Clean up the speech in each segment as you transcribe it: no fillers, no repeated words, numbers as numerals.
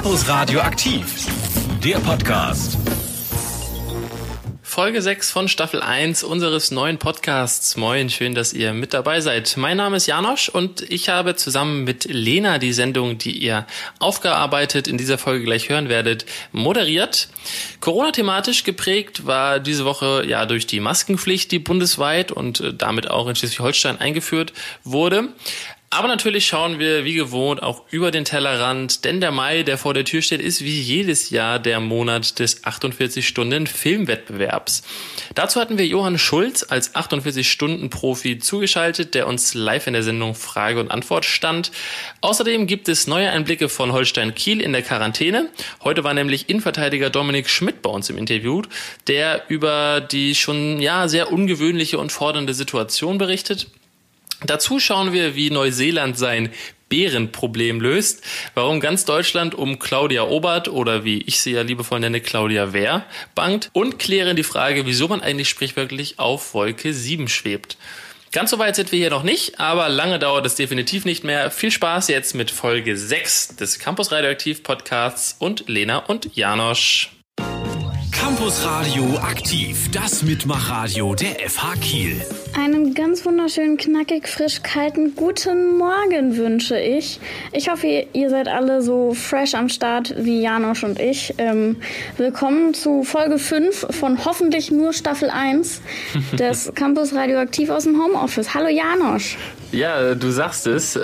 Campus Radio aktiv, der Podcast. Folge 6 von Staffel 1 unseres neuen Podcasts. Moin, schön, dass ihr mit dabei seid. Mein Name ist Janosch und ich habe zusammen mit Lena die Sendung, die ihr aufgearbeitet in dieser Folge gleich hören werdet, moderiert. Corona-thematisch geprägt war diese Woche ja durch die Maskenpflicht, die bundesweit und damit auch in Schleswig-Holstein eingeführt wurde. Aber natürlich schauen wir wie gewohnt auch über den Tellerrand, denn der Mai, der vor der Tür steht, ist wie jedes Jahr der Monat des 48-Stunden-Filmwettbewerbs. Dazu hatten wir Johann Schulz als 48-Stunden-Profi zugeschaltet, der uns live in der Sendung Frage und Antwort stand. Außerdem gibt es neue Einblicke von Holstein Kiel in der Quarantäne. Heute war nämlich Innenverteidiger Dominik Schmidt bei uns im Interview, der über die schon sehr ungewöhnliche und fordernde Situation berichtet. Dazu schauen wir, wie Neuseeland sein Bärenproblem löst, warum ganz Deutschland um Claudia Obert oder wie ich sie ja liebevoll nenne, Claudia Wehr bangt und klären die Frage, wieso man eigentlich sprichwörtlich auf Wolke 7 schwebt. Ganz so weit sind wir hier noch nicht, aber lange dauert es definitiv nicht mehr. Viel Spaß jetzt mit Folge 6 des Campus Radioaktiv Podcasts und Lena und Janosch. Campus Radio aktiv, das Mitmachradio der FH Kiel. Einen ganz wunderschönen, knackig, frisch, kalten guten Morgen wünsche ich. Ich hoffe, ihr seid alle so fresh am Start wie Janosch und ich. Willkommen zu Folge 5 von hoffentlich nur Staffel 1 des Campus Radioaktiv aus dem Homeoffice. Hallo Janosch. Ja, du sagst es.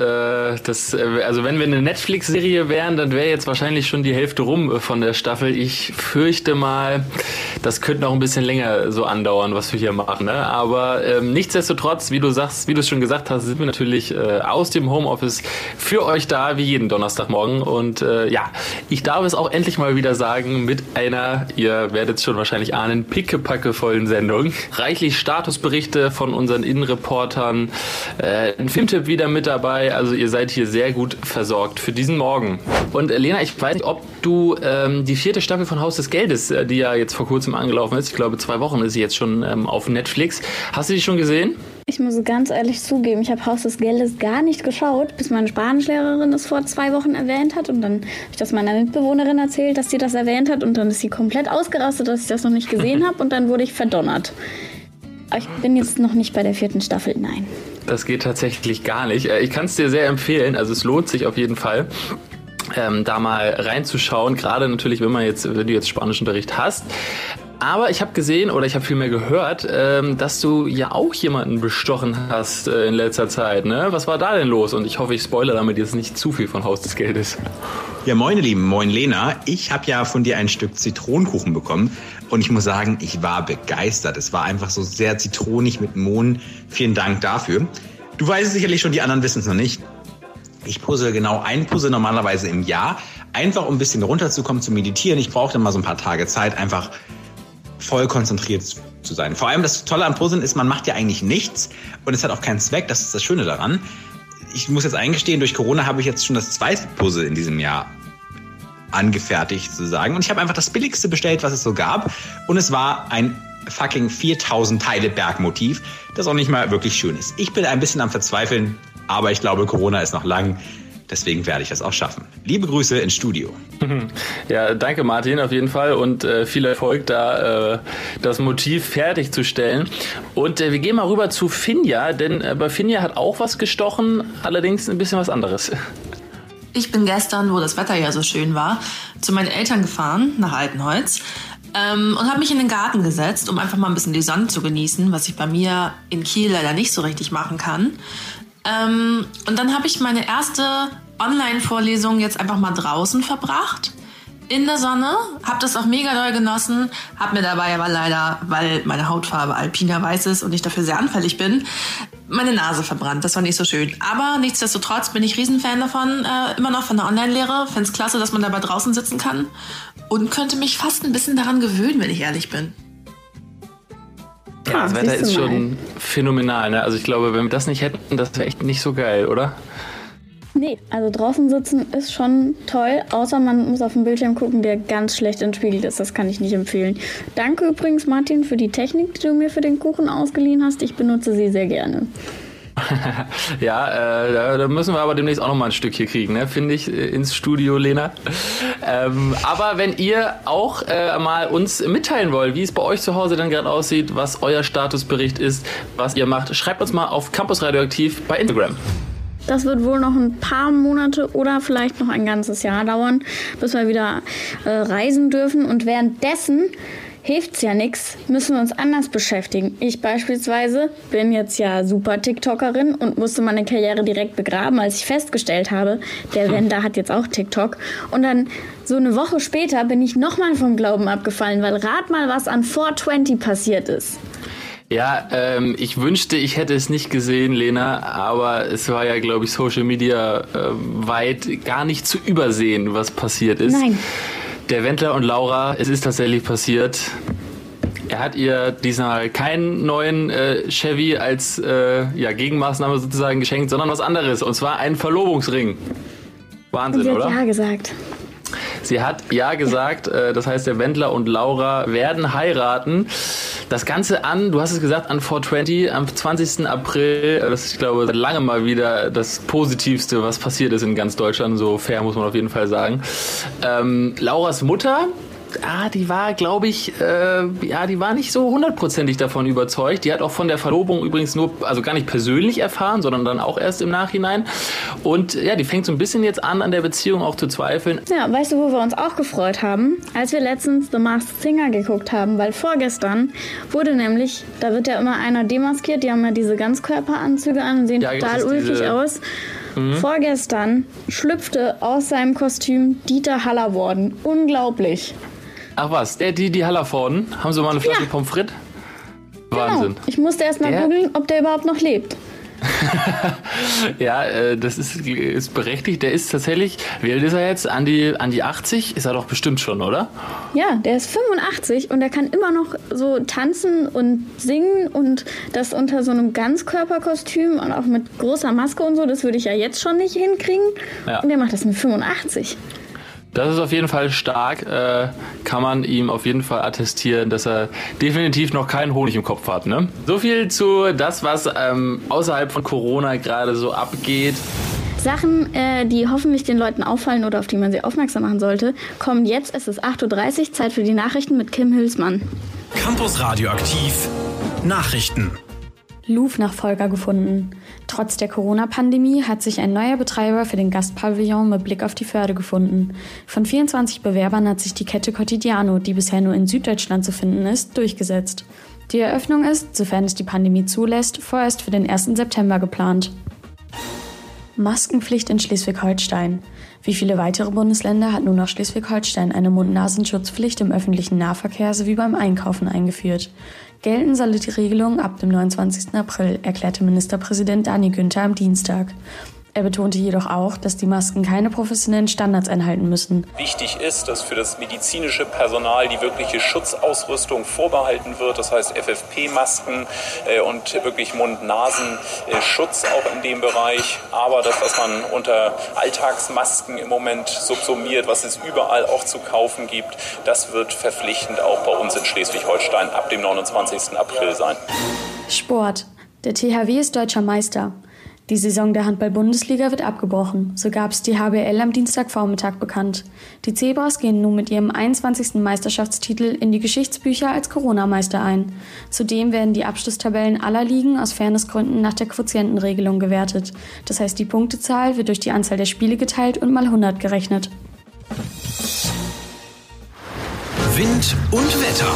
Also wenn wir eine Netflix-Serie wären, dann wäre jetzt wahrscheinlich schon die Hälfte rum von der Staffel. Ich fürchte mal, das könnte noch ein bisschen länger so andauern, was wir hier machen. Ne? Aber nichtsdestotrotz, wie du es schon gesagt hast, sind wir natürlich aus dem Homeoffice für euch da, wie jeden Donnerstagmorgen. Und ich darf es auch endlich mal wieder sagen, mit einer, ihr werdet es schon wahrscheinlich ahnen, pickepackevollen Sendung. Reichlich Statusberichte von unseren Innenreportern, ein Filmtipp wieder mit dabei, also ihr seid hier sehr gut versorgt für diesen Morgen. Und Lena, ich weiß nicht, ob du die 4. Staffel von Haus des Geldes, die ja jetzt vor kurzem angelaufen ist, ich glaube 2 Wochen ist sie jetzt schon auf Netflix. Hast du die schon gesehen? Ich muss ganz ehrlich zugeben, ich habe Haus des Geldes gar nicht geschaut, bis meine Spanischlehrerin es vor 2 Wochen erwähnt hat. Und dann habe ich das meiner Mitbewohnerin erzählt, dass sie das erwähnt hat. Und dann ist sie komplett ausgerastet, dass ich das noch nicht gesehen habe. Und dann wurde ich verdonnert. Aber ich bin jetzt noch nicht bei der 4. Staffel, nein. Das geht tatsächlich gar nicht. Ich kann es dir sehr empfehlen, also es lohnt sich auf jeden Fall, da mal reinzuschauen, gerade natürlich, wenn du jetzt Spanischunterricht hast. Aber ich habe gesehen, oder ich habe vielmehr gehört, dass du ja auch jemanden bestochen hast in letzter Zeit, ne? Was war da denn los? Und ich hoffe, ich spoilere damit jetzt nicht zu viel von Haus des Geldes. Ja, moin ihr Lieben, moin Lena. Ich habe ja von dir ein Stück Zitronenkuchen bekommen und ich muss sagen, ich war begeistert. Es war einfach so sehr zitronig mit Mohn. Vielen Dank dafür. Du weißt es sicherlich schon, die anderen wissen es noch nicht. Ich puzzle genau ein Puzzle normalerweise im Jahr, einfach um ein bisschen runterzukommen, zu meditieren. Ich brauche dann mal so ein paar Tage Zeit, einfach voll konzentriert zu sein. Vor allem das Tolle am Puzzeln ist, man macht ja eigentlich nichts und es hat auch keinen Zweck. Das ist das Schöne daran. Ich muss jetzt eingestehen, durch Corona habe ich jetzt schon das 2. Puzzle in diesem Jahr angefertigt, sozusagen. Und ich habe einfach das billigste bestellt, was es so gab. Und es war ein fucking 4000 Teile Bergmotiv, das auch nicht mal wirklich schön ist. Ich bin ein bisschen am Verzweifeln, aber ich glaube, Corona ist noch lang. Deswegen werde ich das auch schaffen. Liebe Grüße ins Studio. Ja, danke Martin auf jeden Fall und viel Erfolg da, das Motiv fertigzustellen. Und wir gehen mal rüber zu Finja, denn bei Finja hat auch was gestochen, allerdings ein bisschen was anderes. Ich bin gestern, wo das Wetter ja so schön war, zu meinen Eltern gefahren, nach Altenholz, und habe mich in den Garten gesetzt, um einfach mal ein bisschen die Sonne zu genießen, was ich bei mir in Kiel leider nicht so richtig machen kann. Und dann habe ich meine erste Online-Vorlesung jetzt einfach mal draußen verbracht, in der Sonne, habe das auch mega doll genossen, habe mir dabei aber leider, weil meine Hautfarbe alpiner weiß ist und ich dafür sehr anfällig bin, meine Nase verbrannt. Das war nicht so schön. Aber nichtsdestotrotz bin ich Riesenfan davon, immer noch von der Online-Lehre. Finde es klasse, dass man dabei draußen sitzen kann und könnte mich fast ein bisschen daran gewöhnen, wenn ich ehrlich bin. Ja, das Wetter ist schon phänomenal, ne? Also ich glaube, wenn wir das nicht hätten, das wäre echt nicht so geil, oder? Nee, also draußen sitzen ist schon toll, außer man muss auf den Bildschirm gucken, der ganz schlecht entspiegelt ist. Das kann ich nicht empfehlen. Danke übrigens, Martin, für die Technik, die du mir für den Kuchen ausgeliehen hast. Ich benutze sie sehr gerne. Ja, da müssen wir aber demnächst auch noch mal ein Stück hier kriegen, ne? Finde ich, ins Studio, Lena. Aber wenn ihr auch mal uns mitteilen wollt, wie es bei euch zu Hause dann gerade aussieht, was euer Statusbericht ist, was ihr macht, schreibt uns mal auf Campus Radioaktiv bei Instagram. Das wird wohl noch ein paar Monate oder vielleicht noch ein ganzes Jahr dauern, bis wir wieder reisen dürfen. Und währenddessen hilft's ja nichts, müssen wir uns anders beschäftigen. Ich beispielsweise bin jetzt ja super TikTokerin und musste meine Karriere direkt begraben, als ich festgestellt habe, der Wendler hat jetzt auch TikTok. Und dann so eine Woche später bin ich nochmal vom Glauben abgefallen, weil rat mal, was an 420 passiert ist. Ja, ich wünschte, ich hätte es nicht gesehen, Lena, aber es war ja, glaube ich, Social Media weit gar nicht zu übersehen, was passiert ist. Nein. Der Wendler und Laura, es ist tatsächlich passiert. Er hat ihr diesmal keinen neuen Chevy als Gegenmaßnahme sozusagen geschenkt, sondern was anderes, und zwar einen Verlobungsring. Wahnsinn, und sie oder? hat ja gesagt. Sie hat ja gesagt, das heißt, der Wendler und Laura werden heiraten. Das Ganze du hast es gesagt, an 420, am 20. April. Das ist, ich glaube, seit langem mal wieder das Positivste, was passiert ist in ganz Deutschland. So fair muss man auf jeden Fall sagen. Lauras Mutter, die war, glaube ich, die war nicht so hundertprozentig davon überzeugt. Die hat auch von der Verlobung übrigens also gar nicht persönlich erfahren, sondern dann auch erst im Nachhinein. Und ja, die fängt so ein bisschen jetzt an der Beziehung auch zu zweifeln. Ja, weißt du, wo wir uns auch gefreut haben? Als wir letztens The Masked Singer geguckt haben, weil vorgestern wurde nämlich, da wird ja immer einer demaskiert, die haben ja diese Ganzkörperanzüge an und sehen total ulkig aus. Vorgestern schlüpfte aus seinem Kostüm Dieter Hallervorden. Unglaublich. Ach was, die Hallervorden, haben sie mal eine Flasche Pommes frites? Wahnsinn. Genau. Ich musste erst mal googeln, ob der überhaupt noch lebt. Ja, das ist berechtigt. Der ist tatsächlich, wie alt ist er jetzt? An die 80? Ist er doch bestimmt schon, oder? Ja, der ist 85 und der kann immer noch so tanzen und singen und das unter so einem Ganzkörperkostüm und auch mit großer Maske und so. Das würde ich ja jetzt schon nicht hinkriegen. Ja. Und der macht das mit 85. Das ist auf jeden Fall stark, kann man ihm auf jeden Fall attestieren, dass er definitiv noch keinen Honig im Kopf hat. Ne? So viel zu das, was außerhalb von Corona gerade so abgeht. Sachen, die hoffentlich den Leuten auffallen oder auf die man sie aufmerksam machen sollte, kommen jetzt. Es ist 8.30 Uhr, Zeit für die Nachrichten mit Kim Hülsmann. Campus Radioaktiv Nachrichten. Louvre-Nachfolger gefunden. Trotz der Corona-Pandemie hat sich ein neuer Betreiber für den Gastpavillon mit Blick auf die Förde gefunden. Von 24 Bewerbern hat sich die Kette Quotidiano, die bisher nur in Süddeutschland zu finden ist, durchgesetzt. Die Eröffnung ist, sofern es die Pandemie zulässt, vorerst für den 1. September geplant. Maskenpflicht in Schleswig-Holstein. Wie viele weitere Bundesländer hat nun auch Schleswig-Holstein eine Mund-Nasen-Schutzpflicht im öffentlichen Nahverkehr sowie beim Einkaufen eingeführt. Gelten soll die Regelung ab dem 29. April, erklärte Ministerpräsident Dani Günther am Dienstag. Er betonte jedoch auch, dass die Masken keine professionellen Standards einhalten müssen. Wichtig ist, dass für das medizinische Personal die wirkliche Schutzausrüstung vorbehalten wird. Das heißt FFP-Masken und wirklich Mund-Nasen-Schutz auch in dem Bereich. Aber das, was man unter Alltagsmasken im Moment subsumiert, was es überall auch zu kaufen gibt, das wird verpflichtend auch bei uns in Schleswig-Holstein ab dem 29. April sein. Sport. Der THW ist deutscher Meister. Die Saison der Handball-Bundesliga wird abgebrochen. So gab es die HBL am Dienstagvormittag bekannt. Die Zebras gehen nun mit ihrem 21. Meisterschaftstitel in die Geschichtsbücher als Corona-Meister ein. Zudem werden die Abschlusstabellen aller Ligen aus Fairnessgründen nach der Quotientenregelung gewertet. Das heißt, die Punktezahl wird durch die Anzahl der Spiele geteilt und mal 100 gerechnet. Wind und Wetter.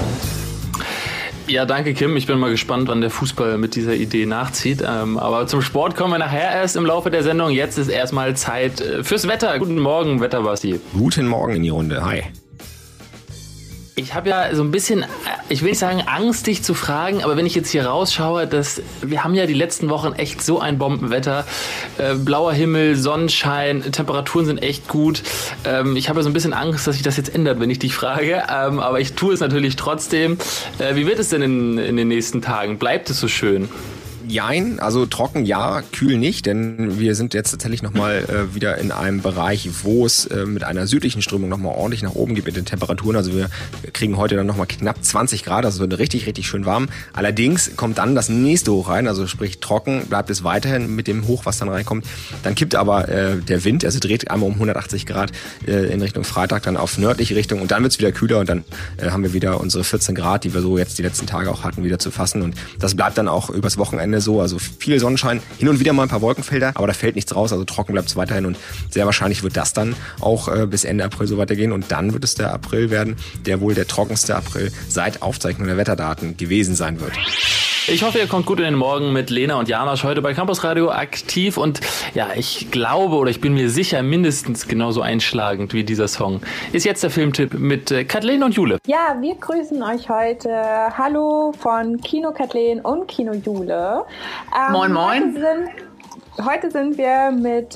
Ja, danke Kim. Ich bin mal gespannt, wann der Fußball mit dieser Idee nachzieht. Aber zum Sport kommen wir nachher erst im Laufe der Sendung. Jetzt ist erstmal Zeit fürs Wetter. Guten Morgen, Wetterbasti. Guten Morgen in die Runde. Hi. Ich habe ja so ein bisschen, ich will nicht sagen Angst, dich zu fragen, aber wenn ich jetzt hier rausschaue, wir haben ja die letzten Wochen echt so ein Bombenwetter. Blauer Himmel, Sonnenschein, Temperaturen sind echt gut. Ich habe ja so ein bisschen Angst, dass sich das jetzt ändert, wenn ich dich frage. Aber ich tue es natürlich trotzdem. Wie wird es denn in den nächsten Tagen? Bleibt es so schön? Jein, also trocken ja, kühl nicht, denn wir sind jetzt tatsächlich nochmal wieder in einem Bereich, wo es mit einer südlichen Strömung nochmal ordentlich nach oben geht mit den Temperaturen. Also wir kriegen heute dann nochmal knapp 20 Grad, also wird richtig, richtig schön warm. Allerdings kommt dann das nächste Hoch rein, also sprich trocken bleibt es weiterhin mit dem Hoch, was dann reinkommt. Dann kippt aber der Wind, also dreht einmal um 180 Grad in Richtung Freitag, dann auf nördliche Richtung und dann wird es wieder kühler und dann haben wir wieder unsere 14 Grad, die wir so jetzt die letzten Tage auch hatten, wieder zu fassen. Und das bleibt dann auch übers Wochenende so, also viel Sonnenschein, hin und wieder mal ein paar Wolkenfelder, aber da fällt nichts raus, also trocken bleibt es weiterhin und sehr wahrscheinlich wird das dann auch bis Ende April so weitergehen und dann wird es der April werden, der wohl der trockenste April seit Aufzeichnung der Wetterdaten gewesen sein wird. Ich hoffe, ihr kommt gut in den Morgen mit Lena und Janosch heute bei Campus Radio aktiv und ja, ich glaube oder ich bin mir sicher, mindestens genauso einschlagend wie dieser Song ist jetzt der Filmtipp mit Kathleen und Jule. Ja, wir grüßen euch heute. Hallo von Kino Kathleen und Kino Jule. Moin, moin. Heute sind wir mit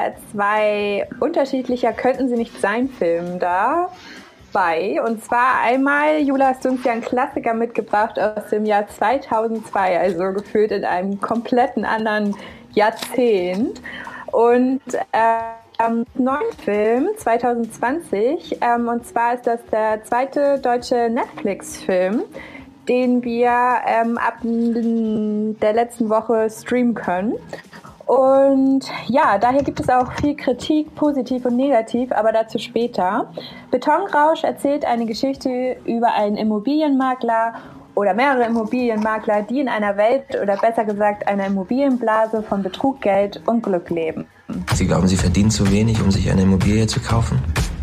2 unterschiedlicher Könnten-sie-nicht-sein-Filmen da. Und zwar einmal, Jula, hast du uns ja einen Klassiker mitgebracht aus dem Jahr 2002, also gefühlt in einem kompletten anderen Jahrzehnt. Und neuen Film 2020, und zwar ist das der 2. deutsche Netflix-Film, den wir ab der letzten Woche streamen können. Und ja, daher gibt es auch viel Kritik, positiv und negativ, aber dazu später. Betonrausch erzählt eine Geschichte über einen Immobilienmakler oder mehrere Immobilienmakler, die in einer Welt oder besser gesagt einer Immobilienblase von Betrug, Geld und Glück leben. Sie glauben, Sie verdienen zu wenig, um sich eine Immobilie zu kaufen?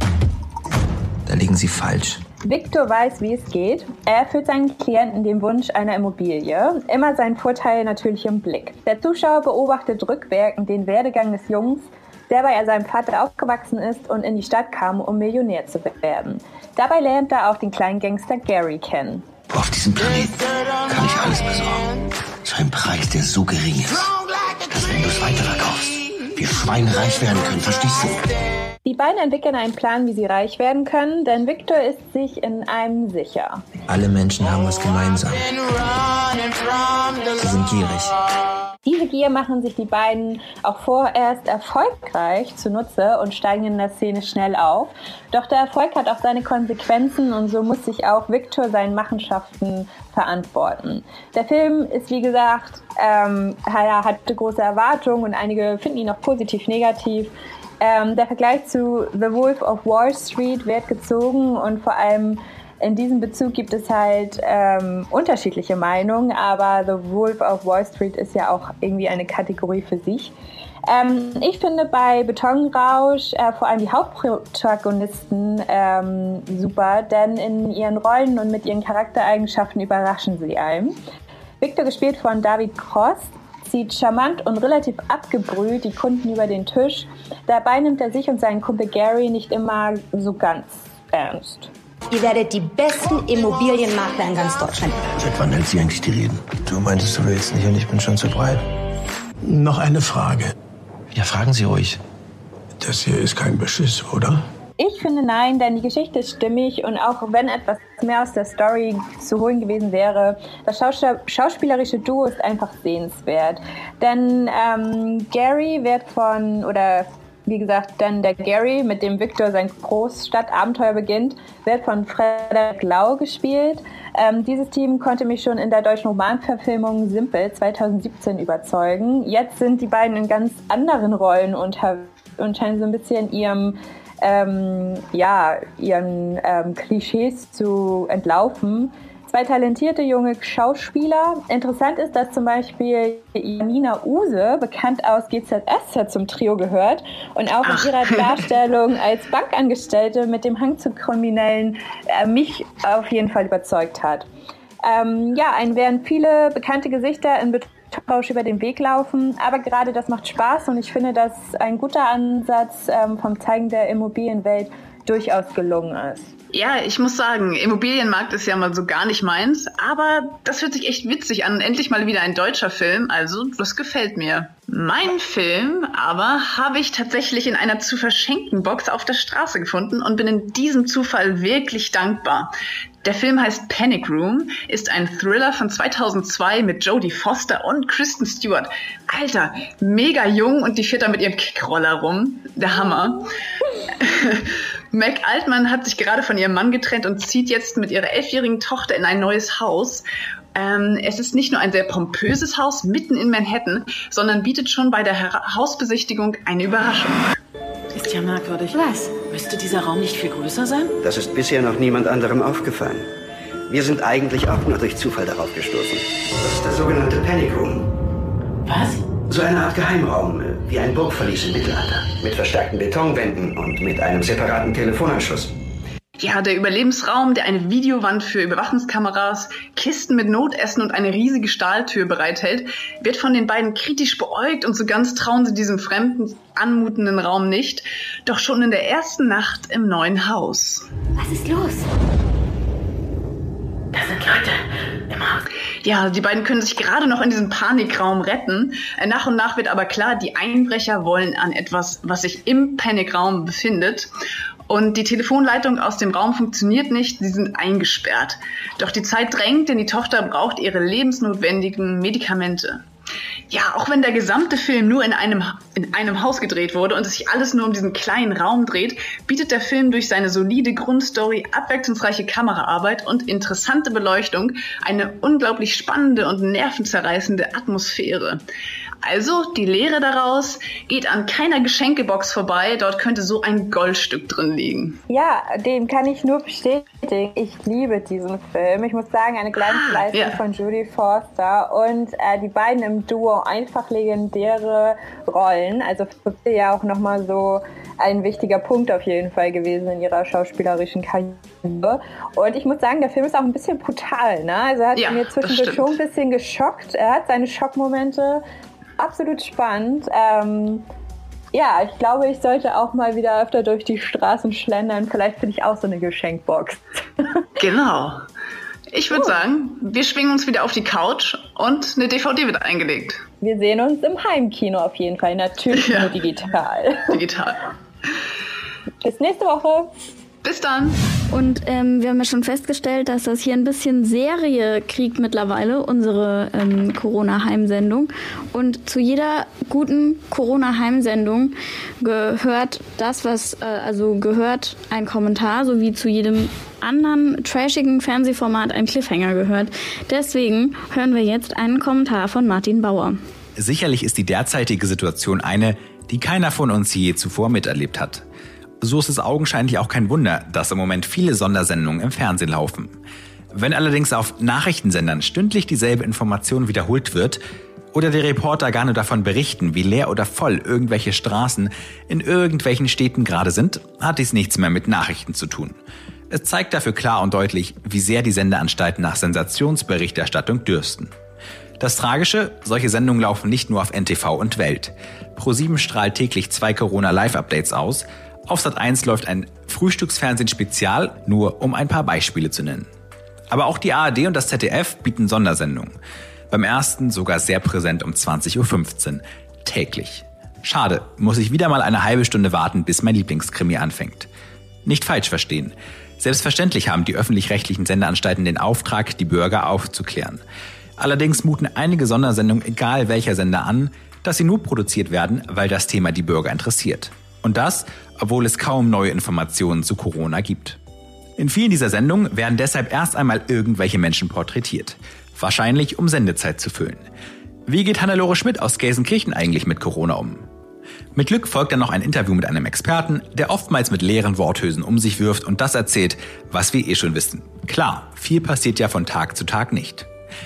Da liegen Sie falsch. Victor weiß, wie es geht. Er erfüllt seinen Klienten den Wunsch einer Immobilie. Immer seinen Vorteil natürlich im Blick. Der Zuschauer beobachtet rückwirkend den Werdegang des Jungs, der bei seinem Vater aufgewachsen ist und in die Stadt kam, um Millionär zu werden. Dabei lernt er auch den kleinen Gangster Gary kennen. Auf diesem Planeten kann ich alles besorgen. Zu einem Preis, der so gering ist, dass wenn du es weiterverkaufst, wir schweinereich werden können. Verstehst du? Die beiden entwickeln einen Plan, wie sie reich werden können, denn Victor ist sich in einem sicher. Alle Menschen haben was gemeinsam. Sie sind gierig. Diese Gier machen sich die beiden auch vorerst erfolgreich zunutze und steigen in der Szene schnell auf. Doch der Erfolg hat auch seine Konsequenzen und so muss sich auch Victor seinen Machenschaften verantworten. Der Film ist, wie gesagt, hatte große Erwartungen und einige finden ihn auch positiv, negativ. Der Vergleich zu The Wolf of Wall Street wird gezogen und vor allem in diesem Bezug gibt es halt unterschiedliche Meinungen, aber The Wolf of Wall Street ist ja auch irgendwie eine Kategorie für sich. Ich finde bei Betonrausch vor allem die Hauptprotagonisten super, denn in ihren Rollen und mit ihren Charaktereigenschaften überraschen sie einen. Victor, gespielt von David Cross, zieht charmant und relativ abgebrüht die Kunden über den Tisch. Dabei nimmt er sich und seinen Kumpel Gary nicht immer so ganz ernst. Ihr werdet die besten Immobilienmakler in ganz Deutschland. Seit wann hält sie eigentlich die Reden? Du meintest, du willst nicht und ich bin schon zu breit. Noch eine Frage. Ja, fragen Sie ruhig. Das hier ist kein Beschiss, oder? Ich finde nein, denn die Geschichte ist stimmig und auch wenn etwas mehr aus der Story zu holen gewesen wäre, das schauspielerische Duo ist einfach sehenswert. Denn Gary wird der Gary, mit dem Victor sein Großstadtabenteuer beginnt, wird von Frederik Lau gespielt. Dieses Team konnte mich schon in der deutschen Romanverfilmung Simpel 2017 überzeugen. Jetzt sind die beiden in ganz anderen Rollen und scheinen so ein bisschen ihren Klischees zu entlaufen. 2 talentierte junge Schauspieler. Interessant ist, dass zum Beispiel Janina Use, bekannt aus GZSZ, zum Trio gehört und auch in ihrer Darstellung als Bankangestellte mit dem Hang zu Kriminellen mich auf jeden Fall überzeugt hat. Während viele bekannte Gesichter in Betonrausch über den Weg laufen, aber gerade das macht Spaß und ich finde, dass ein guter Ansatz vom Zeigen der Immobilienwelt durchaus gelungen ist. Ja, ich muss sagen, Immobilienmarkt ist ja mal so gar nicht meins, aber das hört sich echt witzig an. Endlich mal wieder ein deutscher Film, also das gefällt mir. Mein Film aber habe ich tatsächlich in einer zu verschenken Box auf der Straße gefunden und bin in diesem Zufall wirklich dankbar. Der Film heißt Panic Room, ist ein Thriller von 2002 mit Jodie Foster und Kristen Stewart. Alter, mega jung und die fährt da mit ihrem Kickroller rum. Der Hammer. Meg Altman hat sich gerade von ihrem Mann getrennt und zieht jetzt mit ihrer 11-jährigen Tochter in ein neues Haus. Es ist nicht nur ein sehr pompöses Haus mitten in Manhattan, sondern bietet schon bei der Hausbesichtigung eine Überraschung. Ist ja merkwürdig. Was? Müsste dieser Raum nicht viel größer sein? Das ist bisher noch niemand anderem aufgefallen. Wir sind eigentlich auch nur durch Zufall darauf gestoßen. Das ist der sogenannte Panic Room. Was? So eine Art Geheimraum, wie ein Burgverlies im Mittelalter. Mit verstärkten Betonwänden und mit einem separaten Telefonanschluss. Ja, der Überlebensraum, der eine Videowand für Überwachungskameras, Kisten mit Notessen und eine riesige Stahltür bereithält, wird von den beiden kritisch beäugt und so ganz trauen sie diesem fremden, anmutenden Raum nicht. Doch schon in der ersten Nacht im neuen Haus. Was ist los? Da sind Leute im Haus. Ja, die beiden können sich gerade noch in diesem Panikraum retten. Nach und nach wird aber klar, die Einbrecher wollen an etwas, was sich im Panikraum befindet. Und die Telefonleitung aus dem Raum funktioniert nicht, sie sind eingesperrt. Doch die Zeit drängt, denn die Tochter braucht ihre lebensnotwendigen Medikamente. Ja, auch wenn der gesamte Film nur in einem Haus gedreht wurde und es sich alles nur um diesen kleinen Raum dreht, bietet der Film durch seine solide Grundstory, abwechslungsreiche Kameraarbeit und interessante Beleuchtung eine unglaublich spannende und nervenzerreißende Atmosphäre. Also, die Lehre daraus, geht an keiner Geschenkebox vorbei, dort könnte so ein Goldstück drin liegen. Ja, dem kann ich nur bestätigen. Ich liebe diesen Film. Ich muss sagen, eine Glanzleistung von Jodie Foster und die beiden im Duo einfach legendäre Rollen. Also für sie ja auch nochmal so ein wichtiger Punkt auf jeden Fall gewesen in ihrer schauspielerischen Karriere. Und ich muss sagen, der Film ist auch ein bisschen brutal, ne? Also er hat mir zwischendurch schon ein bisschen geschockt. Er hat seine Schockmomente. Absolut spannend. Ja, ich glaube, ich sollte auch mal wieder öfter durch die Straßen schlendern. Vielleicht finde ich auch so eine Geschenkbox. Genau. Ich würde sagen, wir schwingen uns wieder auf die Couch und eine DVD wird eingelegt. Wir sehen uns im Heimkino auf jeden Fall. Natürlich nur digital. Digital. Bis nächste Woche. Bis dann. Und wir haben ja schon festgestellt, dass das hier ein bisschen Serie kriegt mittlerweile, unsere Corona-Heimsendung. Und zu jeder guten Corona-Heimsendung gehört gehört ein Kommentar, so wie zu jedem anderen trashigen Fernsehformat ein Cliffhanger gehört. Deswegen hören wir jetzt einen Kommentar von Martin Bauer. Sicherlich ist die derzeitige Situation eine, die keiner von uns je zuvor miterlebt hat. So ist es augenscheinlich auch kein Wunder, dass im Moment viele Sondersendungen im Fernsehen laufen. Wenn allerdings auf Nachrichtensendern stündlich dieselbe Information wiederholt wird oder die Reporter gar nur davon berichten, wie leer oder voll irgendwelche Straßen in irgendwelchen Städten gerade sind, hat dies nichts mehr mit Nachrichten zu tun. Es zeigt dafür klar und deutlich, wie sehr die Sendeanstalten nach Sensationsberichterstattung dürsten. Das Tragische, solche Sendungen laufen nicht nur auf NTV und Welt. ProSieben strahlt täglich 2 Corona-Live-Updates aus. Auf Sat.1 läuft ein Frühstücksfernsehen-Spezial, nur um ein paar Beispiele zu nennen. Aber auch die ARD und das ZDF bieten Sondersendungen. Beim ersten sogar sehr präsent um 20.15 Uhr. Täglich. Schade, muss ich wieder mal eine halbe Stunde warten, bis mein Lieblingskrimi anfängt. Nicht falsch verstehen. Selbstverständlich haben die öffentlich-rechtlichen Sendeanstalten den Auftrag, die Bürger aufzuklären. Allerdings muten einige Sondersendungen, egal welcher Sender, an, dass sie nur produziert werden, weil das Thema die Bürger interessiert. Und das, obwohl es kaum neue Informationen zu Corona gibt. In vielen dieser Sendungen werden deshalb erst einmal irgendwelche Menschen porträtiert. Wahrscheinlich, um Sendezeit zu füllen. Wie geht Hannelore Schmidt aus Gelsenkirchen eigentlich mit Corona um? Mit Glück folgt dann noch ein Interview mit einem Experten, der oftmals mit leeren Worthülsen um sich wirft und das erzählt, was wir schon wissen. Klar, viel passiert ja von Tag zu Tag nicht.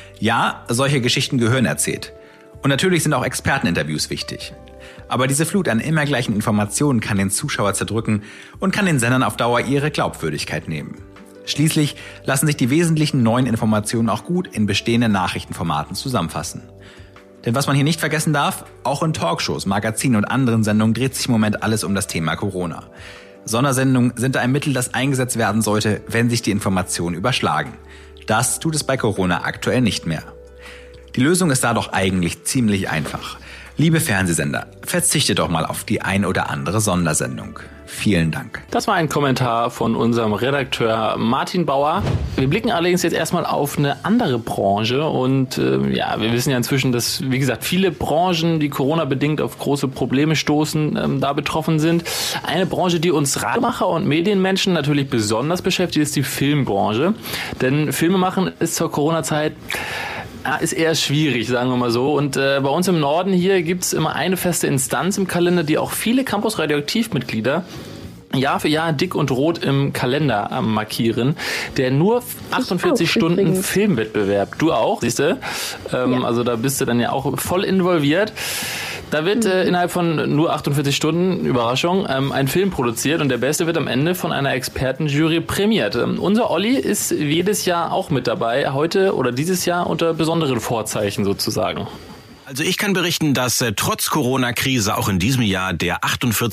Ja, solche Geschichten gehören erzählt. Und natürlich sind auch Experteninterviews wichtig. Aber diese Flut an immer gleichen Informationen kann den Zuschauer zerdrücken und kann den Sendern auf Dauer ihre Glaubwürdigkeit nehmen. Schließlich lassen sich die wesentlichen neuen Informationen auch gut in bestehenden Nachrichtenformaten zusammenfassen. Denn was man hier nicht vergessen darf, auch in Talkshows, Magazinen und anderen Sendungen dreht sich im Moment alles um das Thema Corona. Sondersendungen sind ein Mittel, das eingesetzt werden sollte, wenn sich die Informationen überschlagen. Das tut es bei Corona aktuell nicht mehr. Die Lösung ist da doch eigentlich ziemlich einfach. Liebe Fernsehsender, verzichtet doch mal auf die ein oder andere Sondersendung. Vielen Dank. Das war ein Kommentar von unserem Redakteur Martin Bauer. Wir blicken allerdings jetzt erstmal auf eine andere Branche und wir wissen ja inzwischen, dass, wie gesagt, viele Branchen, die Corona-bedingt auf große Probleme stoßen, da betroffen sind. Eine Branche, die uns Radiomacher und Medienmenschen natürlich besonders beschäftigt, ist die Filmbranche. Denn Filme machen ist zur Corona-Zeit ist eher schwierig, sagen wir mal so. Und bei uns im Norden hier gibt's immer eine feste Instanz im Kalender, die auch viele Campus Radioaktiv-Mitglieder Jahr für Jahr dick und rot im Kalender markieren, der nur 48 Stunden übrigens. Filmwettbewerb. Du auch, siehst du? Also da bist du dann ja auch voll involviert. Da wird innerhalb von nur 48 Stunden, Überraschung, ein Film produziert und der Beste wird am Ende von einer Expertenjury prämiert. Unser Olli ist jedes Jahr auch mit dabei, heute oder dieses Jahr unter besonderen Vorzeichen sozusagen. Also ich kann berichten, dass trotz Corona-Krise auch in diesem Jahr der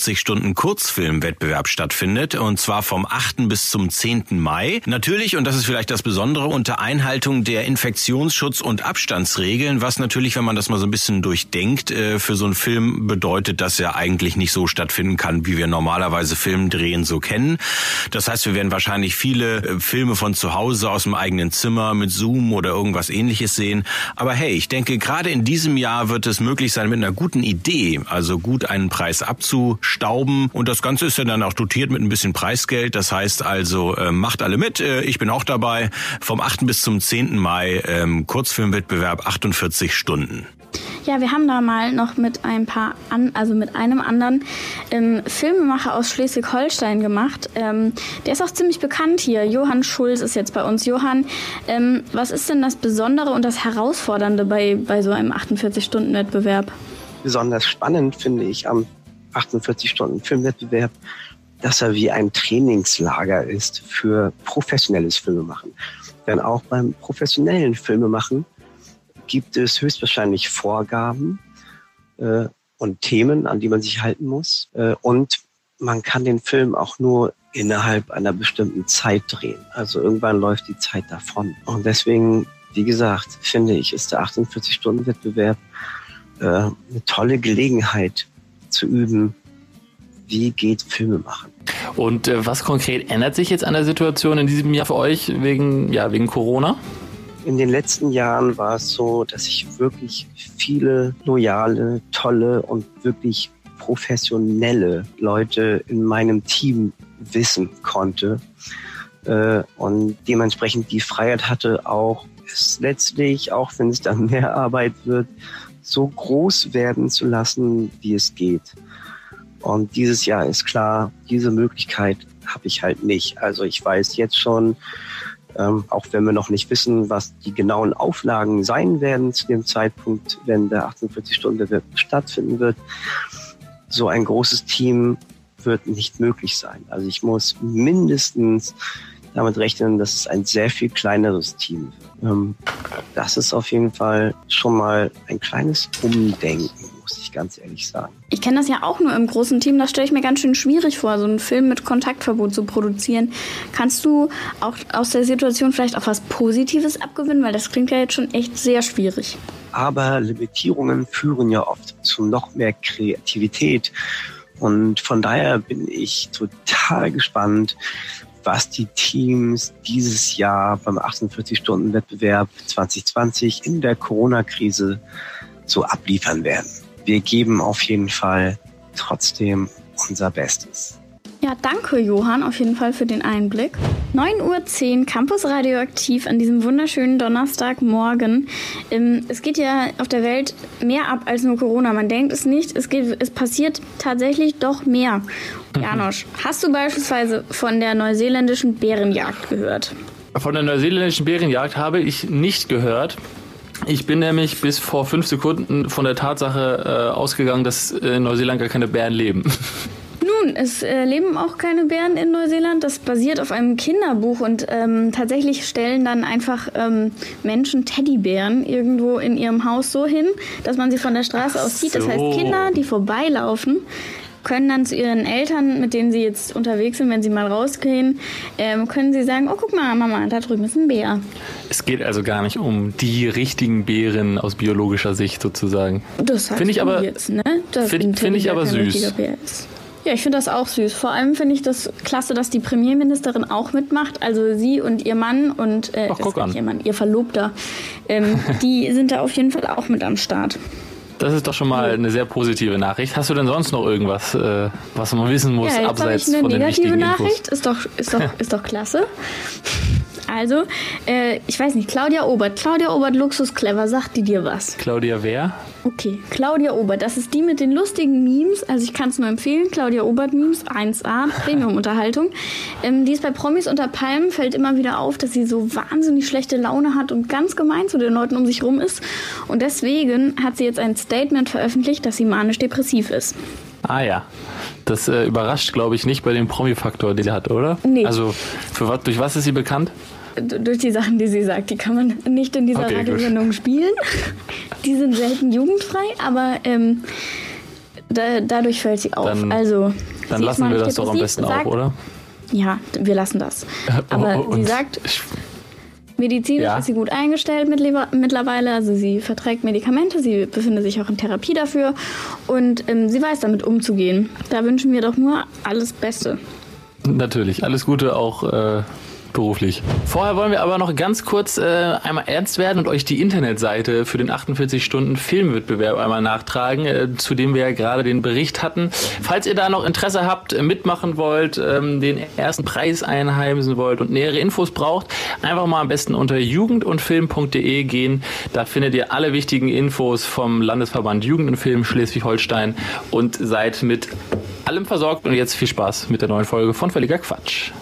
48-Stunden-Kurzfilm-Wettbewerb stattfindet, und zwar vom 8. bis zum 10. Mai. Natürlich, und das ist vielleicht das Besondere, unter Einhaltung der Infektionsschutz- und Abstandsregeln, was natürlich, wenn man das mal so ein bisschen durchdenkt, für so einen Film bedeutet, dass er eigentlich nicht so stattfinden kann, wie wir normalerweise Filmdrehen so kennen. Das heißt, wir werden wahrscheinlich viele Filme von zu Hause aus dem eigenen Zimmer mit Zoom oder irgendwas Ähnliches sehen. Aber hey, ich denke, gerade in diesem Jahr wird es möglich sein, mit einer guten Idee, also gut einen Preis abzustauben. Und das Ganze ist ja dann auch dotiert mit ein bisschen Preisgeld. Das heißt also, macht alle mit. Ich bin auch dabei. Vom 8. bis zum 10. Mai Kurzfilmwettbewerb 48 Stunden. Ja, wir haben da mal noch mit mit einem anderen Filmemacher aus Schleswig-Holstein gemacht. Der ist auch ziemlich bekannt hier. Johann Schulz ist jetzt bei uns. Johann, was ist denn das Besondere und das Herausfordernde bei so einem 48-Stunden-Wettbewerb? Besonders spannend finde ich am 48-Stunden-Filmwettbewerb, dass er wie ein Trainingslager ist für professionelles Filmemachen. Denn auch beim professionellen Filmemachen gibt es höchstwahrscheinlich Vorgaben und Themen, an die man sich halten muss. Und man kann den Film auch nur innerhalb einer bestimmten Zeit drehen. Also irgendwann läuft die Zeit davon. Und deswegen, wie gesagt, finde ich, ist der 48-Stunden-Wettbewerb eine tolle Gelegenheit zu üben, wie geht Filme machen. Und was konkret ändert sich jetzt an der Situation in diesem Jahr für euch wegen Corona? In den letzten Jahren war es so, dass ich wirklich viele loyale, tolle und wirklich professionelle Leute in meinem Team wissen konnte und dementsprechend die Freiheit hatte, auch es letztlich, auch wenn es dann mehr Arbeit wird, so groß werden zu lassen, wie es geht. Und dieses Jahr ist klar, diese Möglichkeit habe ich halt nicht. Also ich weiß jetzt schon, auch wenn wir noch nicht wissen, was die genauen Auflagen sein werden zu dem Zeitpunkt, wenn der 48-Stunden-Wettbewerb stattfinden wird, so ein großes Team wird nicht möglich sein. Also ich muss mindestens damit rechnen, dass es ein sehr viel kleineres Team wird. Das ist auf jeden Fall schon mal ein kleines Umdenken, muss ich ganz ehrlich sagen. Ich kenne das ja auch nur im großen Team, das stelle ich mir ganz schön schwierig vor, so einen Film mit Kontaktverbot zu produzieren. Kannst du auch aus der Situation vielleicht auch was Positives abgewinnen? Weil das klingt ja jetzt schon echt sehr schwierig. Aber Limitierungen führen ja oft zu noch mehr Kreativität. Und von daher bin ich total gespannt, was die Teams dieses Jahr beim 48-Stunden-Wettbewerb 2020 in der Corona-Krise so abliefern werden. Wir geben auf jeden Fall trotzdem unser Bestes. Ja, danke Johann auf jeden Fall für den Einblick. 9:10 Uhr, Campus Radioaktiv an diesem wunderschönen Donnerstagmorgen. Es geht ja auf der Welt mehr ab als nur Corona. Man denkt es nicht, es passiert tatsächlich doch mehr. Janosch, hast du beispielsweise von der neuseeländischen Bärenjagd gehört? Von der neuseeländischen Bärenjagd habe ich nicht gehört. Ich bin nämlich bis vor 5 Sekunden von der Tatsache ausgegangen, dass in Neuseeland gar keine Bären leben. Nun, es leben auch keine Bären in Neuseeland. Das basiert auf einem Kinderbuch und tatsächlich stellen dann einfach Menschen Teddybären irgendwo in ihrem Haus so hin, dass man sie von der Straße aus sieht. Das heißt, Kinder, die vorbeilaufen, können dann zu ihren Eltern, mit denen sie jetzt unterwegs sind, wenn sie mal rausgehen, können sie sagen, oh, guck mal, Mama, da drüben ist ein Bär. Es geht also gar nicht um die richtigen Bären aus biologischer Sicht sozusagen. Das finde ich aber jetzt, ne? Finde ich aber süß. Ja, ich finde das auch süß. Vor allem finde ich das klasse, dass die Premierministerin auch mitmacht. Also sie und ihr Mann und ihr Verlobter, die sind da auf jeden Fall auch mit am Start. Das ist doch schon mal eine sehr positive Nachricht. Hast du denn sonst noch irgendwas, was man wissen muss, ja, abseits von den wichtigen Infos? Eine negative Nachricht, ist doch klasse. Also, ich weiß nicht, Claudia Obert, Luxus Clever, sagt die dir was? Claudia wer? Okay, Claudia Obert, das ist die mit den lustigen Memes, also ich kann es nur empfehlen, Claudia Obert Memes, 1A, Premium-Unterhaltung. Die ist bei Promis unter Palmen, fällt immer wieder auf, dass sie so wahnsinnig schlechte Laune hat und ganz gemein zu den Leuten um sich rum ist. Und deswegen hat sie jetzt ein Statement veröffentlicht, dass sie manisch-depressiv ist. Ah ja, das überrascht, glaube ich, nicht bei dem Promi-Faktor, den sie hat, oder? Nee. Also durch was ist sie bekannt? Durch die Sachen, die sie sagt. Die kann man nicht in dieser Radiosendung spielen. Die sind selten jugendfrei, aber dadurch fällt sie auf. Dann lassen wir das doch am besten auch, oder? Ja, wir lassen das. Aber sie sagt, medizinisch ist sie gut eingestellt mittlerweile. Also sie verträgt Medikamente, sie befindet sich auch in Therapie dafür und sie weiß damit umzugehen. Da wünschen wir doch nur alles Beste. Natürlich, alles Gute auch beruflich. Vorher wollen wir aber noch ganz kurz einmal ernst werden und euch die Internetseite für den 48-Stunden-Filmwettbewerb einmal nachtragen, zu dem wir ja gerade den Bericht hatten. Falls ihr da noch Interesse habt, mitmachen wollt, den ersten Preis einheimsen wollt und nähere Infos braucht, einfach mal am besten unter jugendundfilm.de gehen. Da findet ihr alle wichtigen Infos vom Landesverband Jugend und Film Schleswig-Holstein und seid mit allem versorgt. Und jetzt viel Spaß mit der neuen Folge von Völliger Quatsch.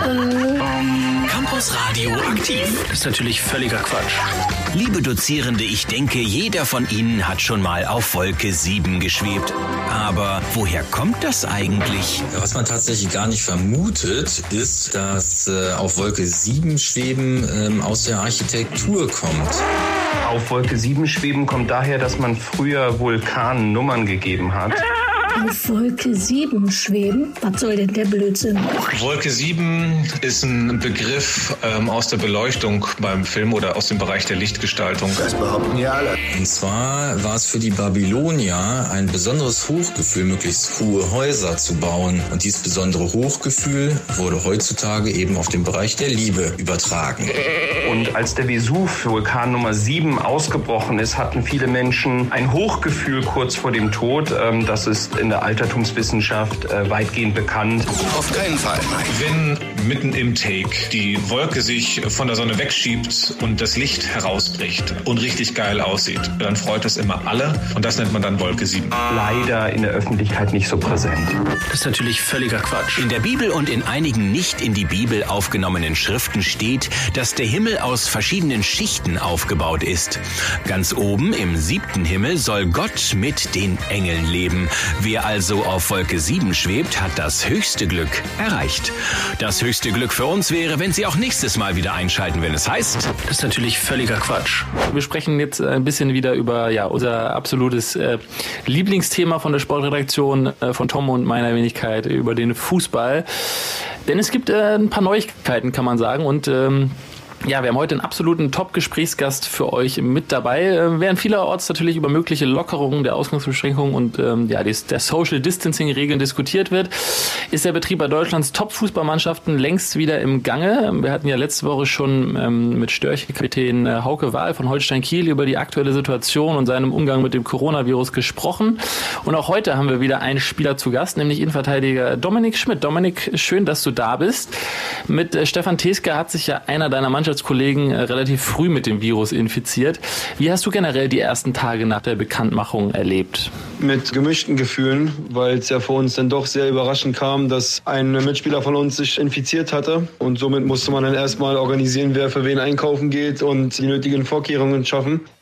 Campus Radio aktiv. Das ist natürlich völliger Quatsch. Liebe Dozierende, ich denke, jeder von Ihnen hat schon mal auf Wolke 7 geschwebt. Aber woher kommt das eigentlich? Was man tatsächlich gar nicht vermutet, ist, dass auf Wolke 7 schweben aus der Architektur kommt. Auf Wolke 7 schweben kommt daher, dass man früher Vulkanen Nummern gegeben hat. Auf Wolke 7 schweben? Was soll denn der Blödsinn? Wolke 7 ist ein Begriff aus der Beleuchtung beim Film oder aus dem Bereich der Lichtgestaltung. Das behaupten ja alle. Und zwar war es für die Babylonier ein besonderes Hochgefühl, möglichst hohe Häuser zu bauen. Und dieses besondere Hochgefühl wurde heutzutage eben auf den Bereich der Liebe übertragen. Und als der Vesuv, Vulkan Nummer 7, ausgebrochen ist, hatten viele Menschen ein Hochgefühl kurz vor dem Tod. Das ist in der Altertumswissenschaft weitgehend bekannt. Auf keinen Fall. Wenn mitten im Take die Wolke sich von der Sonne wegschiebt und das Licht herausbricht und richtig geil aussieht, dann freut das immer alle und das nennt man dann Wolke 7. Leider in der Öffentlichkeit nicht so präsent. Das ist natürlich völliger Quatsch. In der Bibel und in einigen nicht in die Bibel aufgenommenen Schriften steht, dass der Himmel aus verschiedenen Schichten aufgebaut ist. Ganz oben im 7. Himmel soll Gott mit den Engeln leben. Wer also auf Wolke 7 schwebt, hat das höchste Glück erreicht. Das höchste Glück für uns wäre, wenn Sie auch nächstes Mal wieder einschalten, wenn es heißt, das ist natürlich völliger Quatsch. Wir sprechen jetzt ein bisschen wieder über unser absolutes Lieblingsthema von der Sportredaktion von Tom und meiner Wenigkeit, über den Fußball. Denn es gibt ein paar Neuigkeiten, kann man sagen, und ja, wir haben heute einen absoluten Top-Gesprächsgast für euch mit dabei. Während vielerorts natürlich über mögliche Lockerungen der Ausgangsbeschränkungen und der Social-Distancing-Regeln diskutiert wird, ist der Betrieb bei Deutschlands Top-Fußballmannschaften längst wieder im Gange. Wir hatten ja letzte Woche schon mit Störche-Kapitän Hauke Wahl von Holstein Kiel über die aktuelle Situation und seinem Umgang mit dem Coronavirus gesprochen. Und auch heute haben wir wieder einen Spieler zu Gast, nämlich Innenverteidiger Dominik Schmidt. Dominik, schön, dass du da bist. Mit Stefan Teske hat sich ja einer deiner Mannschaften als Kollegen relativ früh mit dem Virus infiziert. Wie hast du generell die ersten Tage nach der Bekanntmachung erlebt? Mit gemischten Gefühlen, weil es ja für uns dann doch sehr überraschend kam, dass ein Mitspieler von uns sich infiziert hatte. Und somit musste man dann erstmal organisieren, wer für wen einkaufen geht und die nötigen Vorkehrungen schaffen.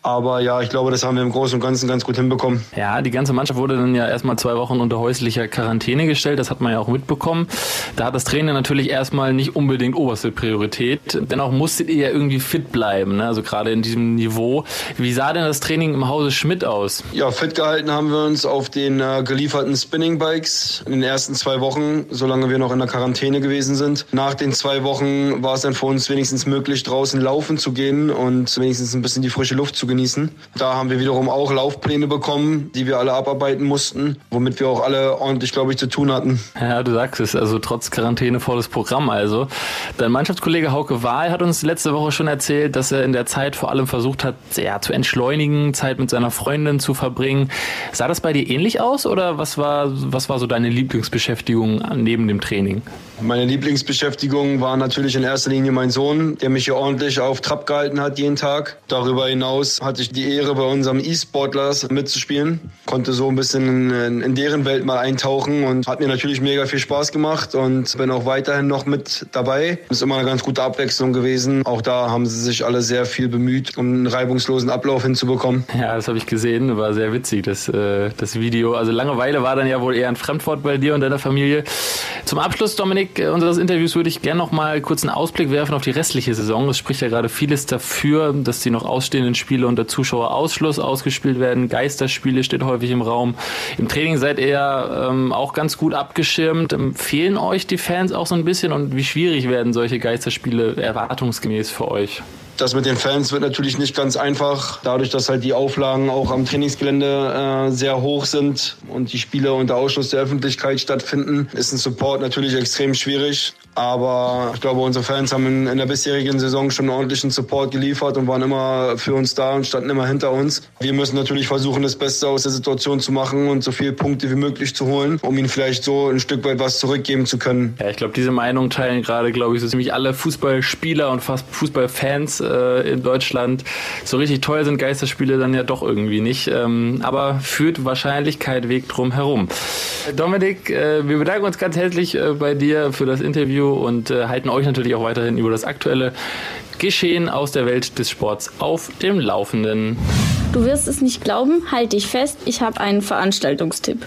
Aber ja, ich glaube, das haben wir im Großen und Ganzen ganz gut hinbekommen. Ja, die ganze Mannschaft wurde dann ja erstmal 2 Wochen unter häuslicher Quarantäne gestellt. Das hat man ja auch mitbekommen. Da hat das Training natürlich erstmal nicht unbedingt oberste Priorität. Dennoch musstet ihr ja irgendwie fit bleiben, ne? Also gerade in diesem Niveau. Wie sah denn das Training im Hause Schmidt aus? Ja, fit gehalten haben wir uns auf den gelieferten Spinning-Bikes in den ersten 2 Wochen, solange wir noch in der Quarantäne gewesen sind. Nach den 2 Wochen war es dann für uns wenigstens möglich, draußen laufen zu gehen und wenigstens ein bisschen die frische Luft zu genießen. Da haben wir wiederum auch Laufpläne bekommen, die wir alle abarbeiten mussten, womit wir auch alle ordentlich, glaube ich, zu tun hatten. Ja, du sagst es, also trotz Quarantäne volles Programm also. Dein Mannschaftskollege Hauke Wahl hat uns letzte Woche schon erzählt, dass er in der Zeit vor allem versucht hat, ja, zu entschleunigen, Zeit mit seiner Freundin zu verbringen. Sah das bei dir ähnlich aus oder was war so deine Lieblingsbeschäftigung neben dem Training? Meine Lieblingsbeschäftigung war natürlich in erster Linie mein Sohn, der mich hier ordentlich auf Trab gehalten hat jeden Tag. Darüber hinaus hatte ich die Ehre, bei unserem E-Sportlers mitzuspielen. Konnte so ein bisschen in deren Welt mal eintauchen und hat mir natürlich mega viel Spaß gemacht und bin auch weiterhin noch mit dabei. Ist immer eine ganz gute Abwechslung gewesen. Auch da haben sie sich alle sehr viel bemüht, um einen reibungslosen Ablauf hinzubekommen. Ja, das habe ich gesehen. War sehr witzig, das Video. Also Langeweile war dann ja wohl eher ein Fremdwort bei dir und deiner Familie. Zum Abschluss, Dominik, unseres Interviews würde ich gerne noch mal kurz einen Ausblick werfen auf die restliche Saison. Es spricht ja gerade vieles dafür, dass die noch ausstehenden Spiele unter Zuschauerausschluss ausgespielt werden. Geisterspiele steht häufig im Raum. Im Training seid ihr auch ganz gut abgeschirmt. Fehlen euch die Fans auch so ein bisschen und wie schwierig werden solche Geisterspiele erwartungsgemäß für euch? Das mit den Fans wird natürlich nicht ganz einfach, dadurch, dass halt die Auflagen auch am Trainingsgelände sehr hoch sind und die Spiele unter Ausschluss der Öffentlichkeit stattfinden, ist ein Support natürlich extrem schwierig. Aber ich glaube, unsere Fans haben in der bisherigen Saison schon einen ordentlichen Support geliefert und waren immer für uns da und standen immer hinter uns. Wir müssen natürlich versuchen, das Beste aus der Situation zu machen und so viele Punkte wie möglich zu holen, um ihnen vielleicht so ein Stück weit was zurückgeben zu können. Ja, ich glaube, diese Meinung teilen gerade, glaube ich, so ziemlich alle Fußballspieler und fast Fußballfans in Deutschland. So richtig teuer sind Geisterspiele dann ja doch irgendwie nicht. Aber führt wahrscheinlich kein Weg drum herum. Dominik, wir bedanken uns ganz herzlich bei dir für das Interview und halten euch natürlich auch weiterhin über das aktuelle Geschehen aus der Welt des Sports auf dem Laufenden. Du wirst es nicht glauben, halt dich fest, ich habe einen Veranstaltungstipp.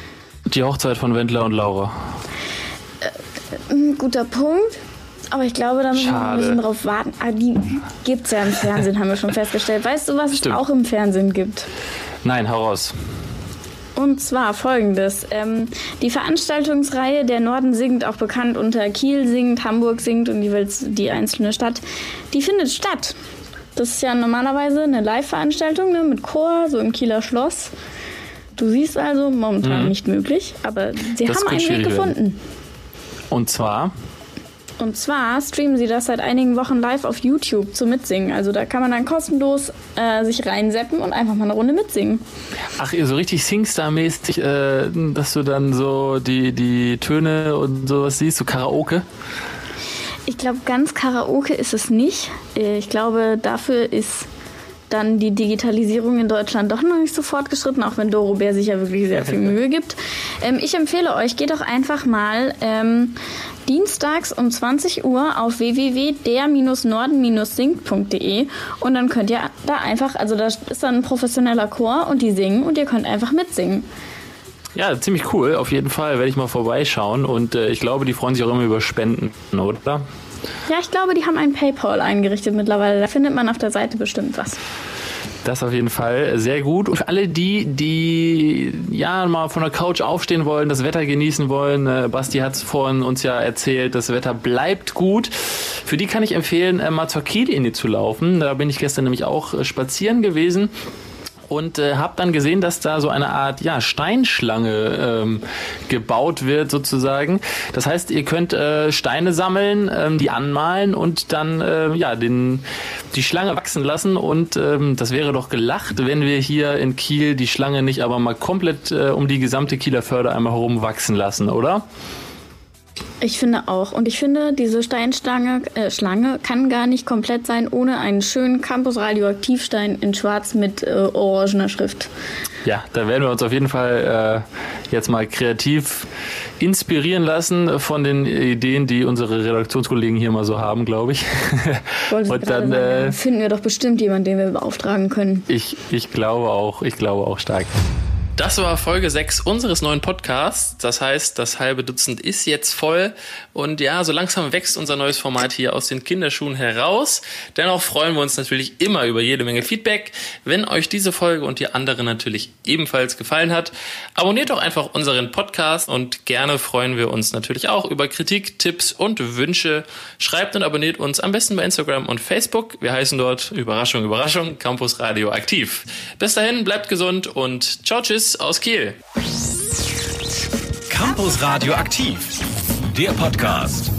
Die Hochzeit von Wendler und Laura. Guter Punkt. Aber ich glaube, da müssen wir ein bisschen drauf warten. Die gibt's ja im Fernsehen, haben wir schon festgestellt. Weißt du, was es auch im Fernsehen gibt? Nein, hau raus. Und zwar folgendes. Die Veranstaltungsreihe Der Norden singt, auch bekannt unter Kiel singt, Hamburg singt und jeweils die einzelne Stadt, die findet statt. Das ist ja normalerweise eine Live-Veranstaltung, ne, mit Chor, so im Kieler Schloss. Du siehst also, momentan nicht möglich, aber sie haben einen Weg gefunden. Und zwar streamen sie das seit einigen Wochen live auf YouTube zum Mitsingen. Also da kann man dann kostenlos sich reinseppen und einfach mal eine Runde mitsingen. Ach, so richtig Singstar-mäßig, dass du dann so die Töne und sowas siehst, so Karaoke? Ich glaube, ganz Karaoke ist es nicht. Ich glaube, dafür ist dann die Digitalisierung in Deutschland doch noch nicht so fortgeschritten, auch wenn Doro Bär sich ja wirklich sehr viel Mühe gibt. Ich empfehle euch, geht doch einfach mal dienstags um 20 Uhr auf www.der-norden-singt.de und dann könnt ihr da einfach, also da ist dann ein professioneller Chor und die singen und ihr könnt einfach mitsingen. Ja, ziemlich cool, auf jeden Fall werde ich mal vorbeischauen und ich glaube, die freuen sich auch immer über Spenden, oder? Ja, ich glaube, die haben einen PayPal eingerichtet mittlerweile, da findet man auf der Seite bestimmt was. Das auf jeden Fall sehr gut. Und für alle die ja mal von der Couch aufstehen wollen, das Wetter genießen wollen, Basti hat es vorhin uns ja erzählt, das Wetter bleibt gut. Für die kann ich empfehlen, mal zur Kiellinie zu laufen. Da bin ich gestern nämlich auch spazieren gewesen. Und habe dann gesehen, dass da so eine Art Steinschlange gebaut wird sozusagen. Das heißt, ihr könnt Steine sammeln, die anmalen und dann die Schlange wachsen lassen. Und das wäre doch gelacht, wenn wir hier in Kiel die Schlange nicht aber mal komplett um die gesamte Kieler Förde einmal herum wachsen lassen, oder? Ich finde auch. Und ich finde, diese Schlange kann gar nicht komplett sein ohne einen schönen Campus-Radioaktivstein in schwarz mit orangener Schrift. Ja, da werden wir uns auf jeden Fall jetzt mal kreativ inspirieren lassen von den Ideen, die unsere Redaktionskollegen hier mal so haben, glaube ich. Und dann finden wir doch bestimmt jemanden, den wir beauftragen können. Ich glaube auch stark. Das war Folge 6 unseres neuen Podcasts. Das heißt, das halbe Dutzend ist jetzt voll. Und ja, so langsam wächst unser neues Format hier aus den Kinderschuhen heraus. Dennoch freuen wir uns natürlich immer über jede Menge Feedback. Wenn euch diese Folge und die andere natürlich ebenfalls gefallen hat, abonniert doch einfach unseren Podcast und gerne freuen wir uns natürlich auch über Kritik, Tipps und Wünsche. Schreibt und abonniert uns am besten bei Instagram und Facebook. Wir heißen dort, Überraschung, Überraschung, Campus Radio aktiv. Bis dahin, bleibt gesund und ciao, tschüss aus Kiel. Campus Radio aktiv, der Podcast.